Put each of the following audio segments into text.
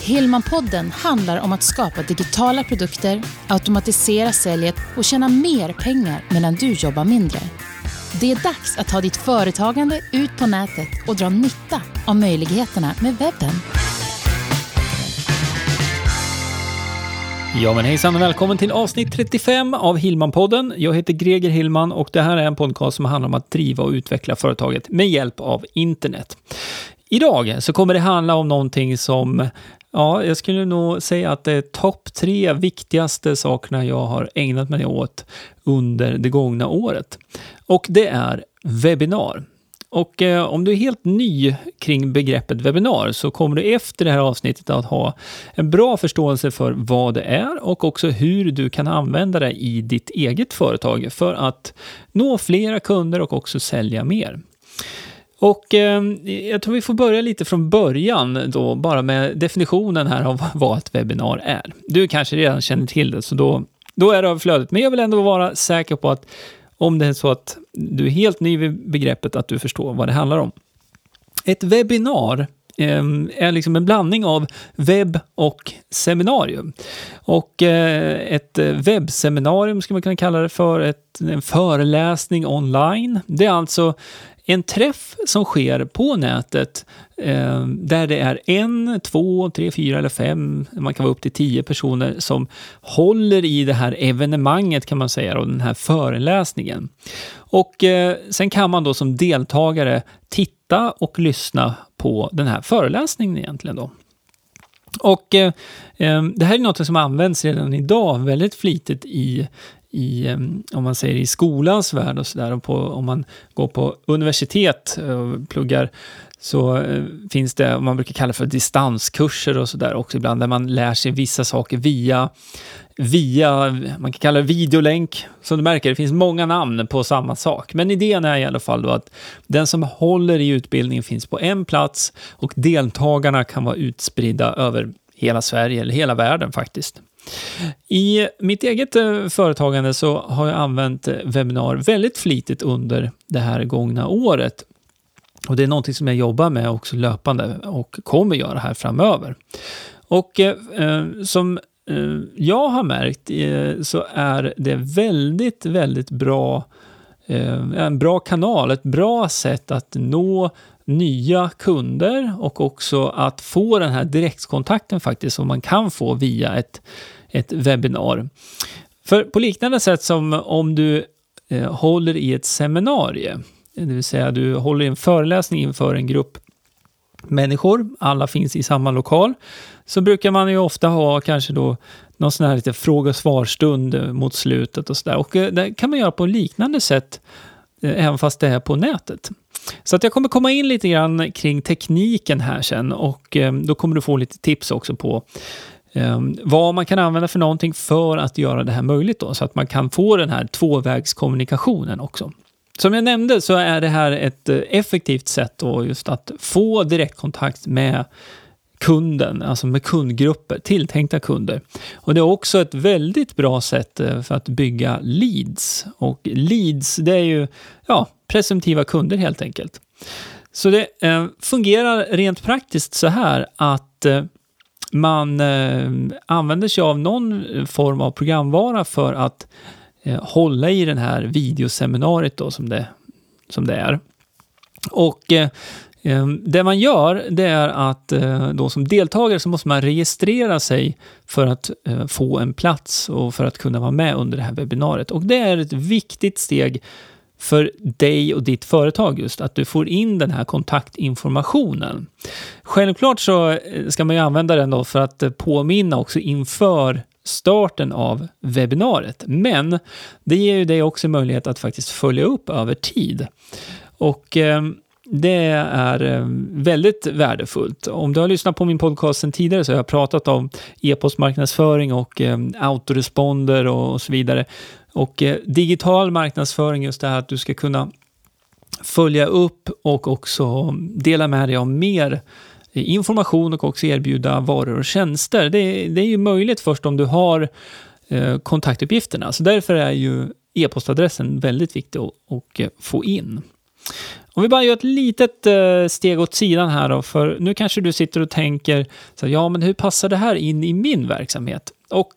Hillman-podden handlar om att skapa digitala produkter, automatisera säljet och tjäna mer pengar medan du jobbar mindre. Det är dags att ta ditt företagande ut på nätet och dra nytta av möjligheterna med webben. Ja men hejsan och välkommen till avsnitt 35 av Hillman-podden. Jag heter Greger Hillman och det här är en podcast som handlar om att driva och utveckla företaget med hjälp av internet. Idag så kommer det handla om någonting som, ja, jag skulle nog säga att det är topp 3 viktigaste sakerna jag har ägnat mig åt under det gångna året. Och det är webbinar. Och om du är helt ny kring begreppet webbinar så kommer du efter det här avsnittet att ha en bra förståelse för vad det är och också hur du kan använda det i ditt eget företag för att nå flera kunder och också sälja mer. Och jag tror vi får börja lite från början då, bara med definitionen här av vad ett webbinar är. Du kanske redan känner till det, så då är det överflödigt. Men jag vill ändå vara säker på att om det är så att du är helt ny vid begreppet att du förstår vad det handlar om. Ett webbinar är liksom en blandning av webb och seminarium. Och ett webbseminarium ska man kunna kalla det för, en föreläsning online. Det är alltså en träff som sker på nätet där det är 1, 2, 3, 4 eller 5, man kan vara upp till 10 personer som håller i det här evenemanget kan man säga, och den här föreläsningen. Och sen kan man då som deltagare titta och lyssna på den här föreläsningen egentligen då. Och det här är något som används redan idag väldigt flitigt i om man säger i skolans värld och sådär, och om man går på universitet och pluggar så finns det, man brukar kalla för distanskurser och sådär också ibland, där man lär sig vissa saker via man kan kalla det videolänk. Som du märker, det finns många namn på samma sak, men idén är i alla fall då att den som håller i utbildningen finns på en plats och deltagarna kan vara utspridda över hela Sverige eller hela världen faktiskt. I mitt eget företagande så har jag använt webbinar väldigt flitigt under det här gångna året. Och det är någonting som jag jobbar med också löpande och kommer göra här framöver. Och som jag har märkt så är det väldigt, väldigt bra, en bra kanal, ett bra sätt att nå nya kunder och också att få den här direktkontakten faktiskt som man kan få via ett webbinar. För på liknande sätt som om du håller i ett seminarium, det vill säga du håller i en föreläsning inför en grupp människor, alla finns i samma lokal, så brukar man ju ofta ha kanske då någon sån här lite fråga- och svarstund mot slutet och sådär. Och det kan man göra på liknande sätt även fast det är på nätet. Så att jag kommer komma in lite grann kring tekniken här sen, och då kommer du få lite tips också på vad man kan använda för någonting för att göra det här möjligt då, så att man kan få den här tvåvägskommunikationen också. Som jag nämnde så är det här ett effektivt sätt då just att få direktkontakt med kunden, alltså med kundgrupper, tilltänkta kunder. Och det är också ett väldigt bra sätt för att bygga leads. Och leads, det är ju presumtiva kunder helt enkelt. Så det fungerar rent praktiskt så här att man använder sig av någon form av programvara för att hålla i den här videoseminariet då som det är. Och det man gör, det är att då som deltagare så måste man registrera sig för att få en plats och för att kunna vara med under det här webbinariet. Och det är ett viktigt steg för dig och ditt företag just, att du får in den här kontaktinformationen. Självklart så ska man ju använda den då för att påminna också inför starten av webbinariet. Men det ger ju dig också möjlighet att faktiskt följa upp över tid. Och det är väldigt värdefullt. Om du har lyssnat på min podcast sen tidigare så har jag pratat om e-postmarknadsföring och autoresponder och så vidare. Och digital marknadsföring, just det här att du ska kunna följa upp och också dela med dig av mer information och också erbjuda varor och tjänster. Det är ju möjligt först om du har kontaktuppgifterna. Så därför är ju e-postadressen väldigt viktig att få in. Om vi bara gör ett litet steg åt sidan här då, för nu kanske du sitter och tänker så här, ja men hur passar det här in i min verksamhet? Och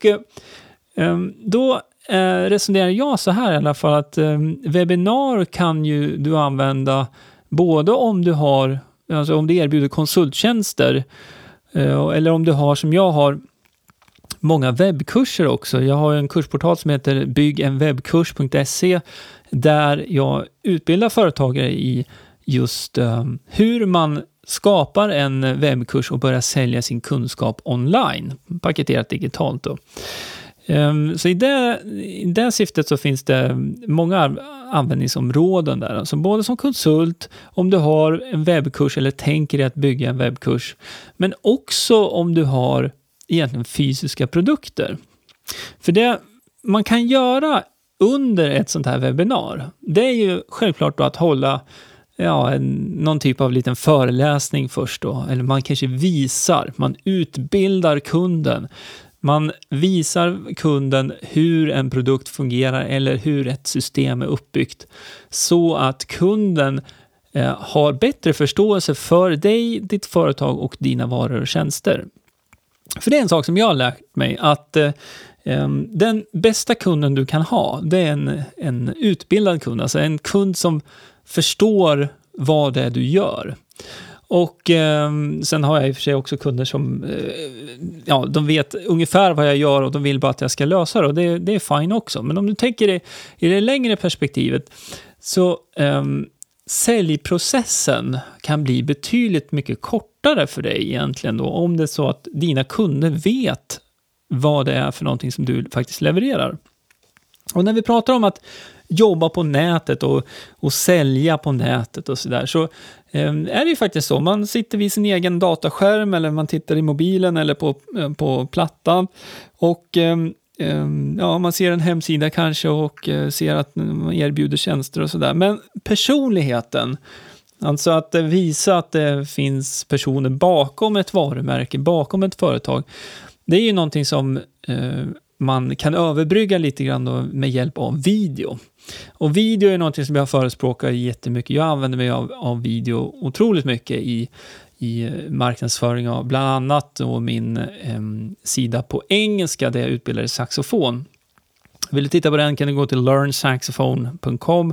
då resonerar jag så här i alla fall att webbinar kan ju du använda både om du har, alltså om du erbjuder konsulttjänster eller om du har som jag har många webbkurser också. Jag har en kursportal som heter byggenwebbkurs.se där jag utbildar företagare i just hur man skapar en webbkurs och börjar sälja sin kunskap online, paketerat digitalt då. Så i det syftet så finns det många användningsområden där. Alltså både som konsult, om du har en webbkurs eller tänker dig att bygga en webbkurs, men också om du har egentligen fysiska produkter. För det man kan göra under ett sånt här webbinar, det är ju självklart då att hålla någon typ av liten föreläsning först då. Eller man kanske man utbildar kunden. Man visar kunden hur en produkt fungerar eller hur ett system är uppbyggt. Så att kunden har bättre förståelse för dig, ditt företag och dina varor och tjänster. För det är en sak som jag har lärt mig, att den bästa kunden du kan ha, det är en utbildad kund. Alltså en kund som förstår vad det är du gör. Och sen har jag i och för sig också kunder som de vet ungefär vad jag gör och de vill bara att jag ska lösa det. Och det är fine också. Men om du tänker i det längre perspektivet så säljprocessen kan bli betydligt mycket kortare för dig egentligen då, om det är så att dina kunder vet vad det är för någonting som du faktiskt levererar. Och när vi pratar om att jobba på nätet och sälja på nätet och sådär, så är det ju faktiskt så. Man sitter vid sin egen dataskärm eller man tittar i mobilen eller på plattan och man ser en hemsida kanske och ser att man erbjuder tjänster och sådär. Men personligheten, alltså att visa att det finns personer bakom ett varumärke, bakom ett företag, det är ju någonting som man kan överbrygga lite grann då med hjälp av video. Och video är någonting som jag förespråkar jättemycket. Jag använder mig av video otroligt mycket i marknadsföring av bland annat då min sida på engelska där jag utbildar i saxofon. Vill du titta på den kan du gå till learnsaxophone.com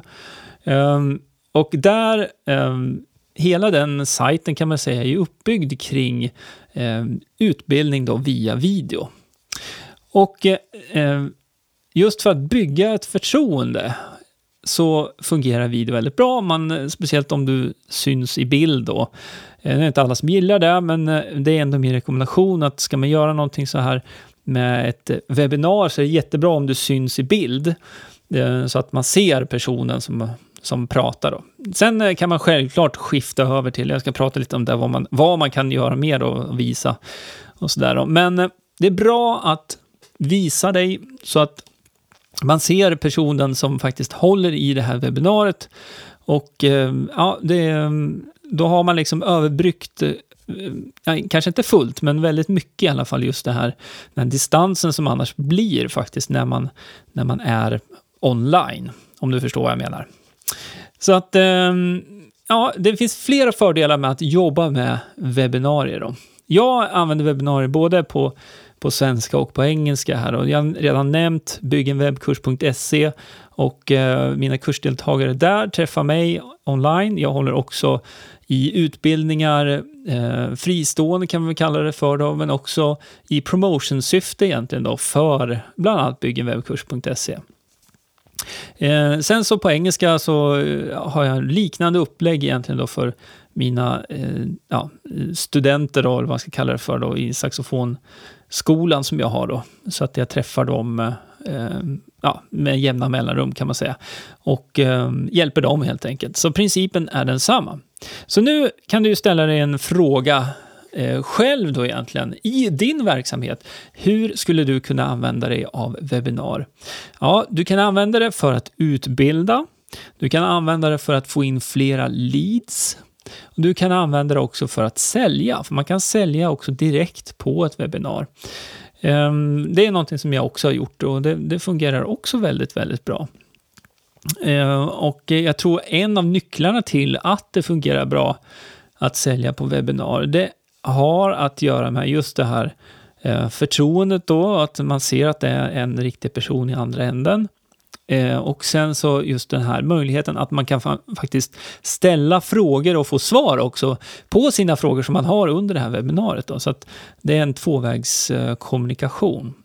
och där hela den sajten kan man säga är uppbyggd kring utbildning då via video. Och just för att bygga ett förtroende så fungerar video väldigt bra. Speciellt om du syns i bild då. Det är inte alla som gillar det, men det är ändå min rekommendation att ska man göra någonting så här med ett webbinar så är det jättebra om du syns i bild. Så att man ser personen som pratar då. Sen kan man självklart skifta över till, jag ska prata lite om det, vad man kan göra mer och visa och sådär då. Men det är bra att visa dig så att man ser personen som faktiskt håller i det här webbinariet och då har man liksom överbryggt kanske inte fullt men väldigt mycket i alla fall just den distansen som annars blir faktiskt när man är online, om du förstår vad jag menar. Så att det finns flera fördelar med att jobba med webbinarier då. Jag använder webbinarier både på svenska och på engelska här. Och jag har redan nämnt byggenwebbkurs.se och mina kursdeltagare där träffar mig online. Jag håller också i utbildningar, fristående kan vi kalla det för då, men också i promotionsyfte egentligen då för bland annat byggenwebbkurs.se. Sen så på engelska så har jag liknande upplägg egentligen då för mina studenter då, eller vad man ska kalla det för då, i saxofonskolan som jag har då. Så att jag träffar dem med jämna mellanrum kan man säga. Och hjälper dem helt enkelt. Så principen är densamma. Så nu kan du ställa dig en fråga själv då egentligen i din verksamhet. Hur skulle du kunna använda dig av webbinar? Ja, du kan använda det för att utbilda. Du kan använda det för att få in flera leads. Och du kan använda det också för att sälja. För man kan sälja också direkt på ett webbinar. Det är någonting som jag också har gjort och det fungerar också väldigt, väldigt bra. Och jag tror en av nycklarna till att det fungerar bra att sälja på webbinar, det har att göra med just det här förtroendet då, att man ser att det är en riktig person i andra änden. Och sen så just den här möjligheten att man kan faktiskt ställa frågor och få svar också på sina frågor som man har under det här webbinariet då. Så att det är en tvåvägskommunikation.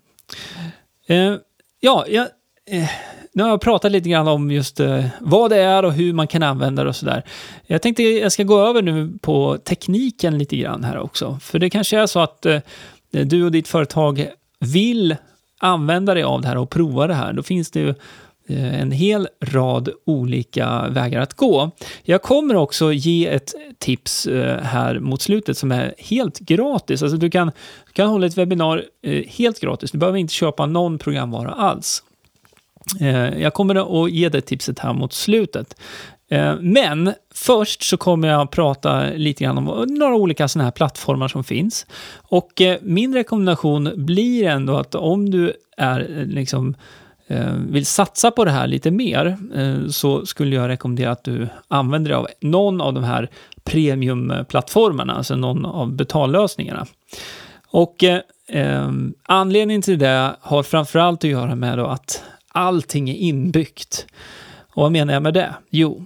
Nu har jag pratat lite grann om just vad det är och hur man kan använda det och sådär. Jag tänkte jag ska gå över nu på tekniken lite grann här också. För det kanske är så att du och ditt företag vill använda dig av det här och prova det här. Då finns det ju en hel rad olika vägar att gå. Jag kommer också ge ett tips här mot slutet som är helt gratis. Alltså du kan hålla ett webbinar helt gratis. Du behöver inte köpa någon programvara alls. Jag kommer att ge det tipset här mot slutet. Men först så kommer jag att prata lite grann om några olika sådana här plattformar som finns. Och min rekommendation blir ändå att om du är vill satsa på det här lite mer, så skulle jag rekommendera att du använder dig av någon av de här premiumplattformarna, alltså någon av betallösningarna. Och anledningen till det har framförallt att göra med då att allting är inbyggt. Och vad menar jag med det? Jo,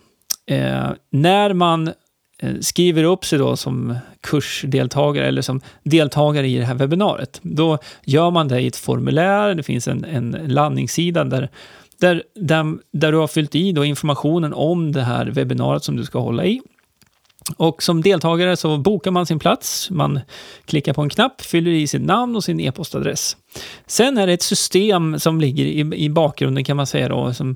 när man skriver upp sig då som kursdeltagare eller som deltagare i det här webbinariet, då gör man det i ett formulär. Det finns en landningssida där du har fyllt i då informationen om det här webbinariet som du ska hålla i. Och som deltagare så bokar man sin plats, man klickar på en knapp, fyller i sitt namn och sin e-postadress. Sen är det ett system som ligger i bakgrunden, kan man säga då, som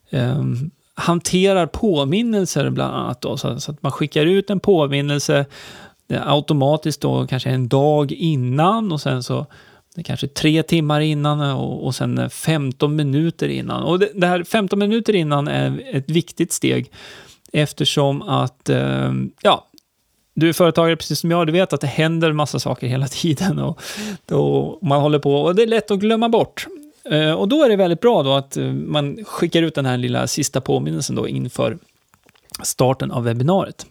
hanterar påminnelser bland annat då, så att man skickar ut en påminnelse automatiskt då kanske en dag innan, och sen så kanske 3 timmar innan och sen 15 minuter innan. Och det här 15 minuter innan är ett viktigt steg, eftersom att du är företagare precis som jag, du vet att det händer massa saker hela tiden och då man håller på, och det är lätt att glömma bort. Och då är det väldigt bra då att man skickar ut den här lilla sista påminnelsen då inför starten av webbinariet.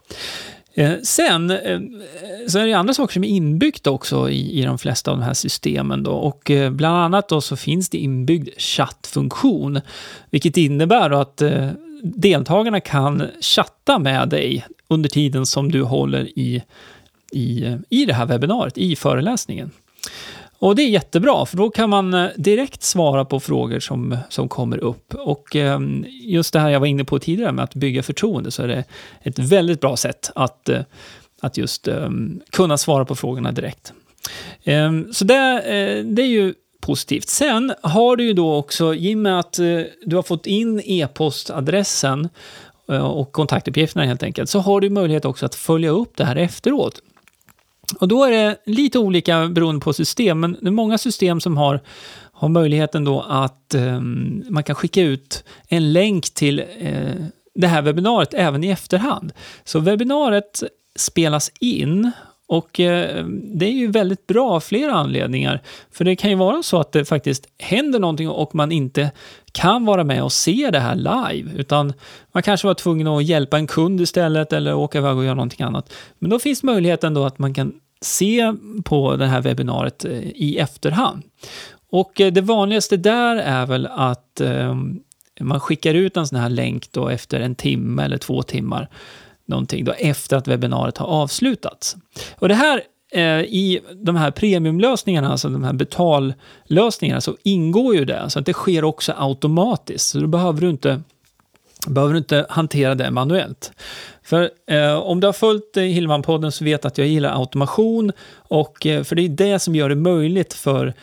Sen så är det andra saker som är inbyggt också i de flesta av de här systemen då, och bland annat då så finns det inbyggd chattfunktion, vilket innebär då att deltagarna kan chatta med dig under tiden som du håller i det här webbinariet, i föreläsningen. Och det är jättebra, för då kan man direkt svara på frågor som kommer upp. Och just det här jag var inne på tidigare med att bygga förtroende, så är det ett väldigt bra sätt att just kunna svara på frågorna direkt. Så det är ju positivt. Sen har du ju då också, i och med att du har fått in e-postadressen och kontaktuppgifterna helt enkelt, så har du möjlighet också att följa upp det här efteråt. Och då är det lite olika beroende på system, men det är många system som har möjligheten då att man kan skicka ut en länk till det här webbinariet även i efterhand. Så webbinariet spelas in, och det är ju väldigt bra av flera anledningar. För det kan ju vara så att det faktiskt händer någonting och man inte kan vara med och se det här live. Utan man kanske var tvungen att hjälpa en kund istället eller åka iväg och göra någonting annat. Men då finns möjligheten då att man kan se på det här webbinariet i efterhand. Och det vanligaste där är väl att man skickar ut en sån här länk då efter 1 timme eller 2 timmar. Någonting då efter att webbinariet har avslutats. Och det här i de här premiumlösningarna, alltså de här betallösningarna, så ingår ju det. Så att det sker också automatiskt. Så då behöver du inte hantera det manuellt. För om du har följt Hillman-podden så vet att jag gillar automation. Och för det är det som gör det möjligt för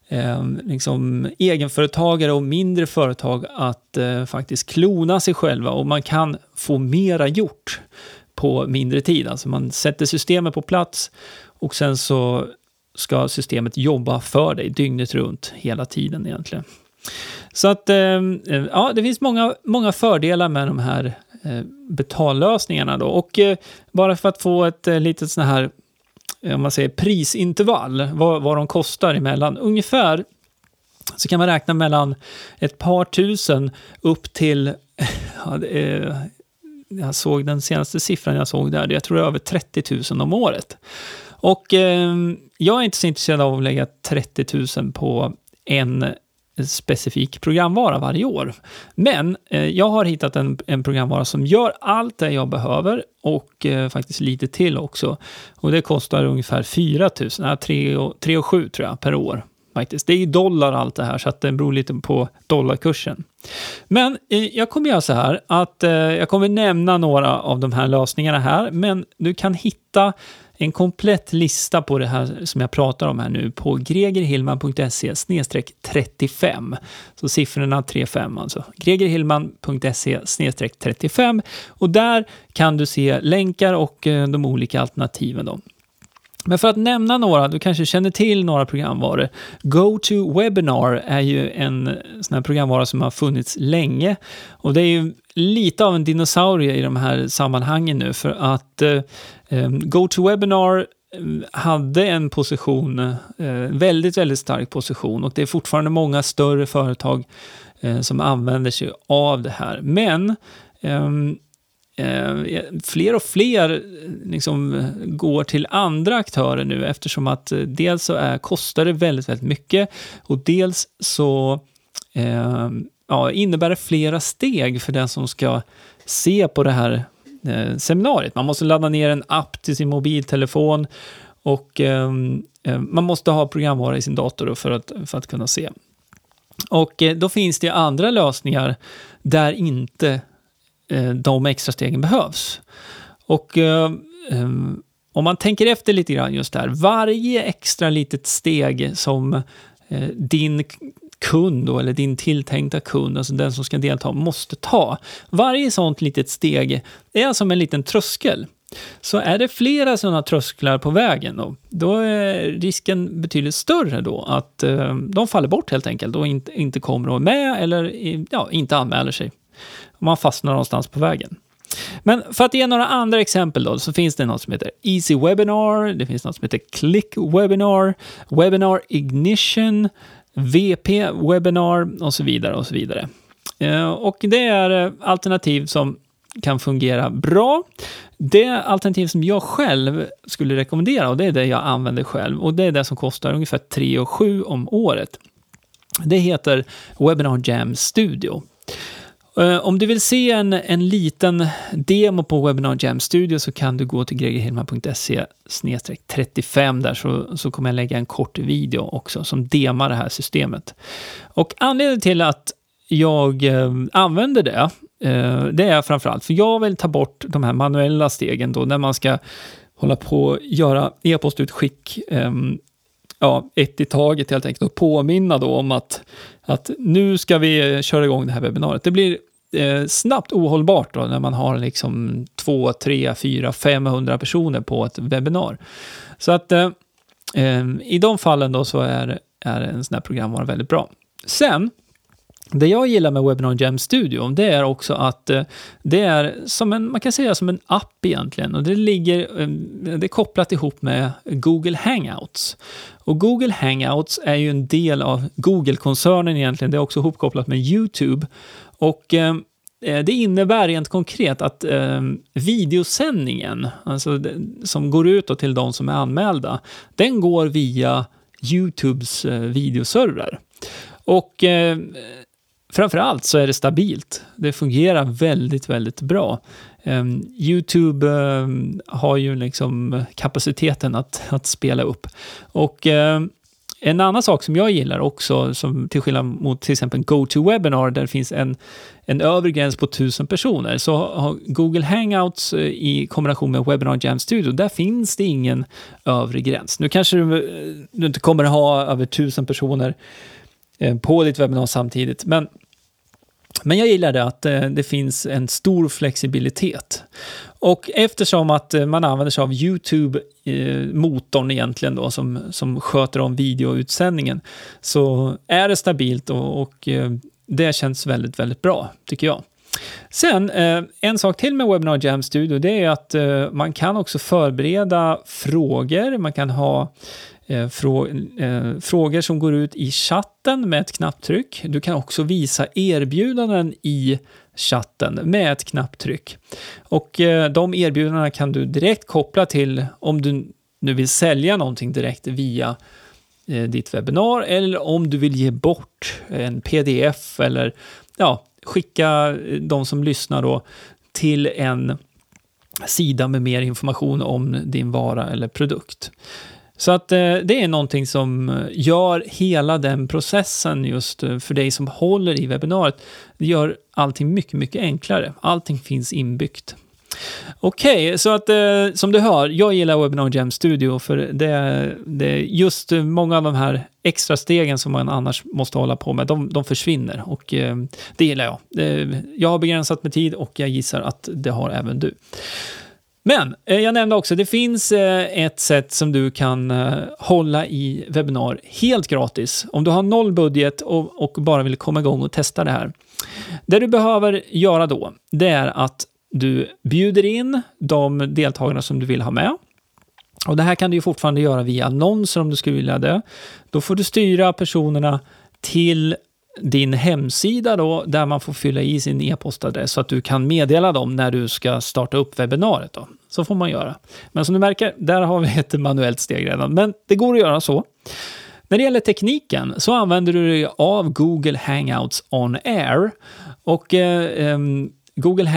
egenföretagare och mindre företag att faktiskt klona sig själva, och man kan få mera gjort på mindre tid. Alltså man sätter systemet på plats och sen så ska systemet jobba för dig dygnet runt hela tiden egentligen. Så att det finns många fördelar med de här betallösningarna då, och bara för att få ett litet sån här, om man säger prisintervall, vad de kostar emellan. Ungefär så kan man räkna mellan ett par tusen upp till jag såg den senaste siffran jag såg där, jag tror det är över 30 000 om året. Och jag är inte så intresserad av att lägga 30 000 på en specifik programvara varje år. Men jag har hittat en programvara som gör allt det jag behöver och faktiskt lite till också. Och det kostar ungefär 4 000, 3 och 7 tror jag per år. Faktiskt. Det är i dollar allt det här, så att det beror lite på dollarkursen. Men jag kommer göra så här att jag kommer nämna några av de här lösningarna här, men du kan hitta en komplett lista på det här som jag pratar om här nu på gregerhillman.se/35. Så siffrorna 35 alltså. gregerhillman.se/35, och där kan du se länkar och de olika alternativen då. Men för att nämna några, du kanske känner till några programvaror. GoToWebinar är ju en sån här programvara som har funnits länge. Och det är ju lite av en dinosaurie i de här sammanhangen nu. För att GoToWebinar hade en position, väldigt, väldigt stark position. Och det är fortfarande många större företag som använder sig av det här. Men fler och fler liksom går till andra aktörer nu, eftersom att dels så kostar det väldigt, väldigt mycket, och dels så innebär det flera steg för den som ska se på det här seminariet. Man måste ladda ner en app till sin mobiltelefon, och man måste ha programvara i sin dator för att kunna se. Och då finns det andra lösningar där inte de extra stegen behövs. Och om man tänker efter lite grann just där, varje extra litet steg som din kund då, eller din tilltänkta kund, alltså den som ska delta, måste ta. Varje sånt litet steg är som en liten tröskel. Så är det flera sådana trösklar på vägen då är risken betydligt större då att de faller bort helt enkelt och inte kommer att vara med, eller inte anmäler sig. Man fastnar någonstans på vägen. Men för att ge några andra exempel då, så finns det något som heter Easy Webinar, det finns något som heter Click Webinar, Webinar Ignition, VP Webinar och så vidare och så vidare. Och det är alternativ som kan fungera bra. Det alternativ som jag själv skulle rekommendera, och det är det jag använder själv, och det är det som kostar ungefär 3 och 7 om året. Det heter Webinar Jam Studio. Om du vill se en liten demo på Webinar Jam Studio, så kan du gå till gregerhillman.se/35 där, så kommer jag lägga en kort video också som demar det här systemet. Och anledningen till att jag använder det är framförallt för jag vill ta bort de här manuella stegen då, när man ska hålla på och göra e-postutskick ett i taget helt enkelt, och påminna då om att nu ska vi köra igång det här webbinariet. Det blir snabbt ohållbart då, när man har liksom 2, 3, 4, 500 personer på ett webbinar. Så att i de fallen då så är en sån här programvara väldigt bra. Sen, det jag gillar med Webinar Jam Studio, det är också att det är man kan säga som en app egentligen, och det är kopplat ihop med Google Hangouts. Och Google Hangouts är ju en del av Google-koncernen egentligen, det är också ihopkopplat med YouTube, och det innebär rent konkret att videosändningen, alltså som går ut till de som är anmälda, den går via YouTubes videoserver. Och framförallt så är det stabilt. Det fungerar väldigt, väldigt bra. YouTube har ju liksom kapaciteten att spela upp. Och en annan sak som jag gillar också, som till skillnad mot till exempel GoToWebinar, där det finns en övre gräns på 1000 personer, så har Google Hangouts i kombination med Webinar Jam Studio, där finns det ingen övre gräns. Nu kanske du inte kommer att ha över 1000 personer på ditt webbinar samtidigt, men jag gillar det att det finns en stor flexibilitet. Och eftersom att man använder sig av YouTube-motorn egentligen då, som sköter om videoutsändningen, så är det stabilt och det känns väldigt, väldigt bra tycker jag. Sen, en sak till med Webinar Jam Studio, det är att man kan också förbereda frågor. Man kan ha frågor som går ut i chatten med ett knapptryck. Du kan också visa erbjudanden i chatten med ett knapptryck. Och de erbjudandena kan du direkt koppla till om du nu vill sälja någonting direkt via ditt webbinar, eller om du vill ge bort en pdf eller skicka de som lyssnar då till en sida med mer information om din vara eller produkt. Så att det är någonting som gör hela den processen just för dig som håller i webbinariet. Det gör allting mycket, mycket enklare. Allting finns inbyggt. Okej, så att som du hör, jag gillar Webinar Jam Studio för det är just många av de här extra stegen som man annars måste hålla på med, de försvinner och det gillar jag. Jag har begränsat med tid och jag gissar att det har även du. Men jag nämnde också, det finns ett sätt som du kan hålla i webbinar helt gratis. Om du har 0 budget och bara vill komma igång och testa det här. Det du behöver göra då, det är att du bjuder in de deltagarna som du vill ha med. Och det här kan du ju fortfarande göra via annonser om du skulle vilja det. Då får du styra personerna till din hemsida då, där man får fylla i sin e-postadress så att du kan meddela dem när du ska starta upp webbinariet då. Så får man göra. Men som du märker, där har vi ett manuellt steg redan. Men det går att göra så. När det gäller tekniken så använder du dig av Google Hangouts on Air. Och Google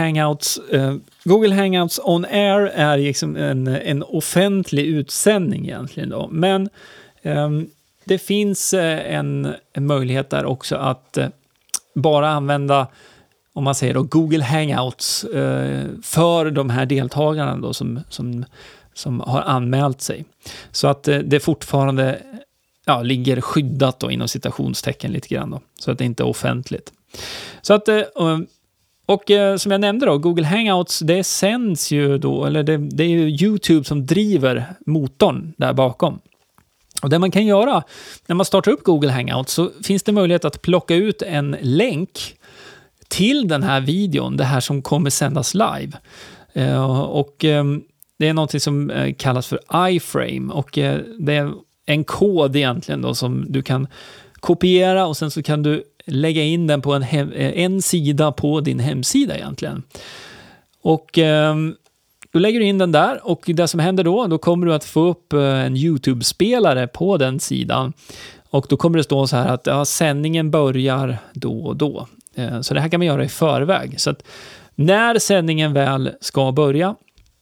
Hangouts on Air är liksom en offentlig utsändning egentligen då. Men det finns en möjlighet där också att bara använda, om man säger då, Google Hangouts för de här deltagarna då som har anmält sig. Så att det fortfarande ligger skyddat då inom citationstecken lite grann då, så att det inte är offentligt. Så att och som jag nämnde då, Google Hangouts, det sänds ju då, eller det är ju YouTube som driver motorn där bakom. Och det man kan göra när man startar upp Google Hangouts, så finns det möjlighet att plocka ut en länk till den här videon, det här som kommer sändas live. Och det är något som kallas för iframe, och det är en kod egentligen då som du kan kopiera och sen så kan du lägga in den på en sida på din hemsida egentligen. Och då lägger du in den där, och det som händer då kommer du att få upp en YouTube-spelare på den sidan. Och då kommer det stå så här att sändningen börjar då och då. Så det här kan man göra i förväg. Så att när sändningen väl ska börja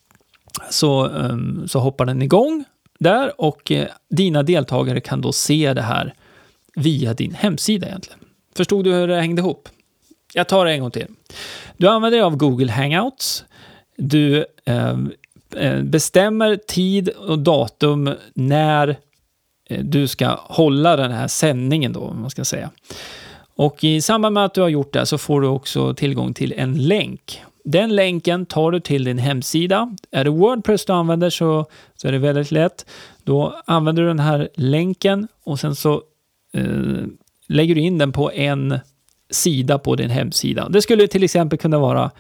så hoppar den igång där, och dina deltagare kan då se det här via din hemsida egentligen. Förstod du hur det hängde ihop? Jag tar det en gång till. Du använder dig av Google Hangouts. Du bestämmer tid och datum när du ska hålla den här sändningen då, om man ska säga. Och i samband med att du har gjort det så får du också tillgång till en länk. Den länken tar du till din hemsida. Är det WordPress du använder så är det väldigt lätt. Då använder du den här länken och sen så lägger du in den på en sida på din hemsida. Det skulle till exempel kunna vara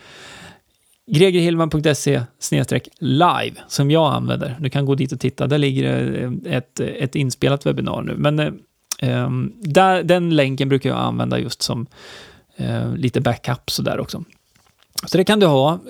gregerhillman.se/live som jag använder. Du kan gå dit och titta. Där ligger ett inspelat webbinar nu. Men den länken brukar jag använda just som lite backup så där också. Så det kan du ha.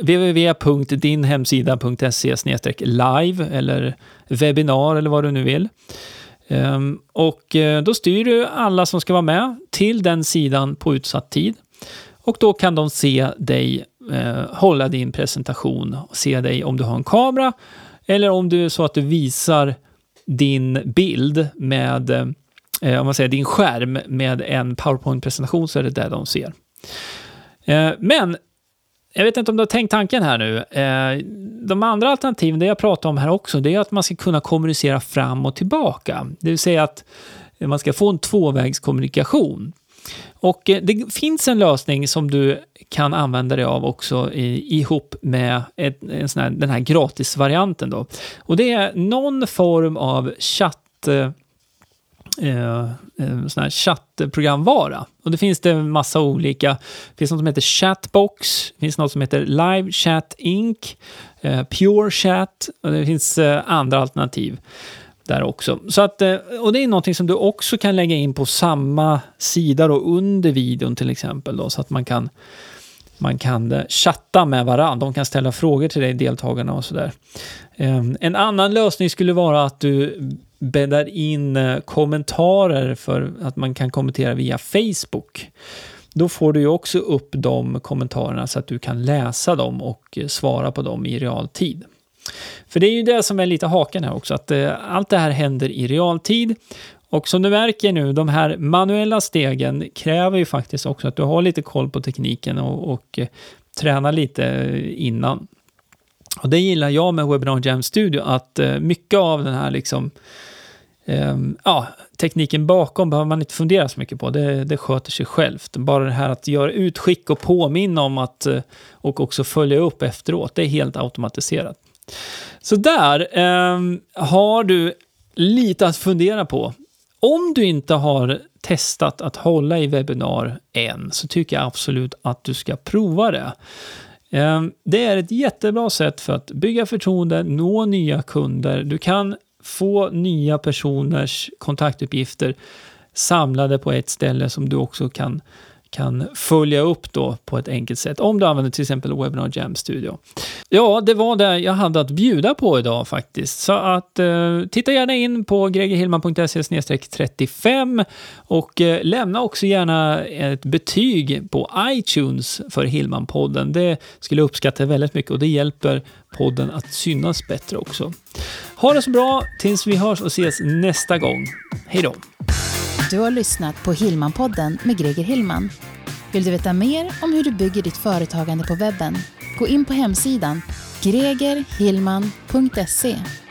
www.dinhemsida.se/live eller webbinar eller vad du nu vill. Och då styr du alla som ska vara med till den sidan på utsatt tid. Och då kan de se dig hålla din presentation och se dig om du har en kamera eller om du är så att du visar din bild med om man säger din skärm med en PowerPoint-presentation, så är det där de ser. Men jag vet inte om du har tänkt tanken här nu. De andra alternativen, det jag pratar om här också, det är att man ska kunna kommunicera fram och tillbaka. Det vill säga att man ska få en tvåvägskommunikation. Och det finns en lösning som du kan använda dig av också ihop med den här gratisvarianten då. Och det är någon form av sån här chattprogramvara. Och det finns det en massa olika. Det finns något som heter Chatbox. Det finns något som heter Live Chat Inc. Pure Chat. Och det finns andra alternativ där också. Så att, och det är någonting som du också kan lägga in på samma sida då, under videon till exempel då, så att man kan man kan chatta med varandra. De kan ställa frågor till dig, deltagarna och sådär. En annan lösning skulle vara att du bäddar in kommentarer för att man kan kommentera via Facebook. Då får du ju också upp de kommentarerna så att du kan läsa dem och svara på dem i realtid. För det är ju det som är lite haken här också, att allt det här händer i realtid. Och som du märker nu, de här manuella stegen kräver ju faktiskt också att du har lite koll på tekniken och tränar lite innan. Och det gillar jag med Webinar Jam Studio, att mycket av den här liksom, tekniken bakom behöver man inte fundera så mycket på. Det sköter sig självt. Bara det här att göra utskick och påminna om att, och också följa upp efteråt, det är helt automatiserat. Så där har du lite att fundera på. Om du inte har testat att hålla i webbinar än, så tycker jag absolut att du ska prova det. Det är ett jättebra sätt för att bygga förtroende, nå nya kunder. Du kan få nya personers kontaktuppgifter samlade på ett ställe som du också kan följa upp då på ett enkelt sätt. Om du använder till exempel Webinar Jam Studio. Ja, det var det jag hade att bjuda på idag faktiskt. Så att titta gärna in på gregerhillman.se/35 och lämna också gärna ett betyg på iTunes för Hillman-podden. Det skulle jag uppskatta väldigt mycket och det hjälper podden att synas bättre också. Ha det så bra tills vi hörs och ses nästa gång. Hej då! Du har lyssnat på Hillman-podden med Greger Hillman. Vill du veta mer om hur du bygger ditt företagande på webben? Gå in på hemsidan gregerhillman.se.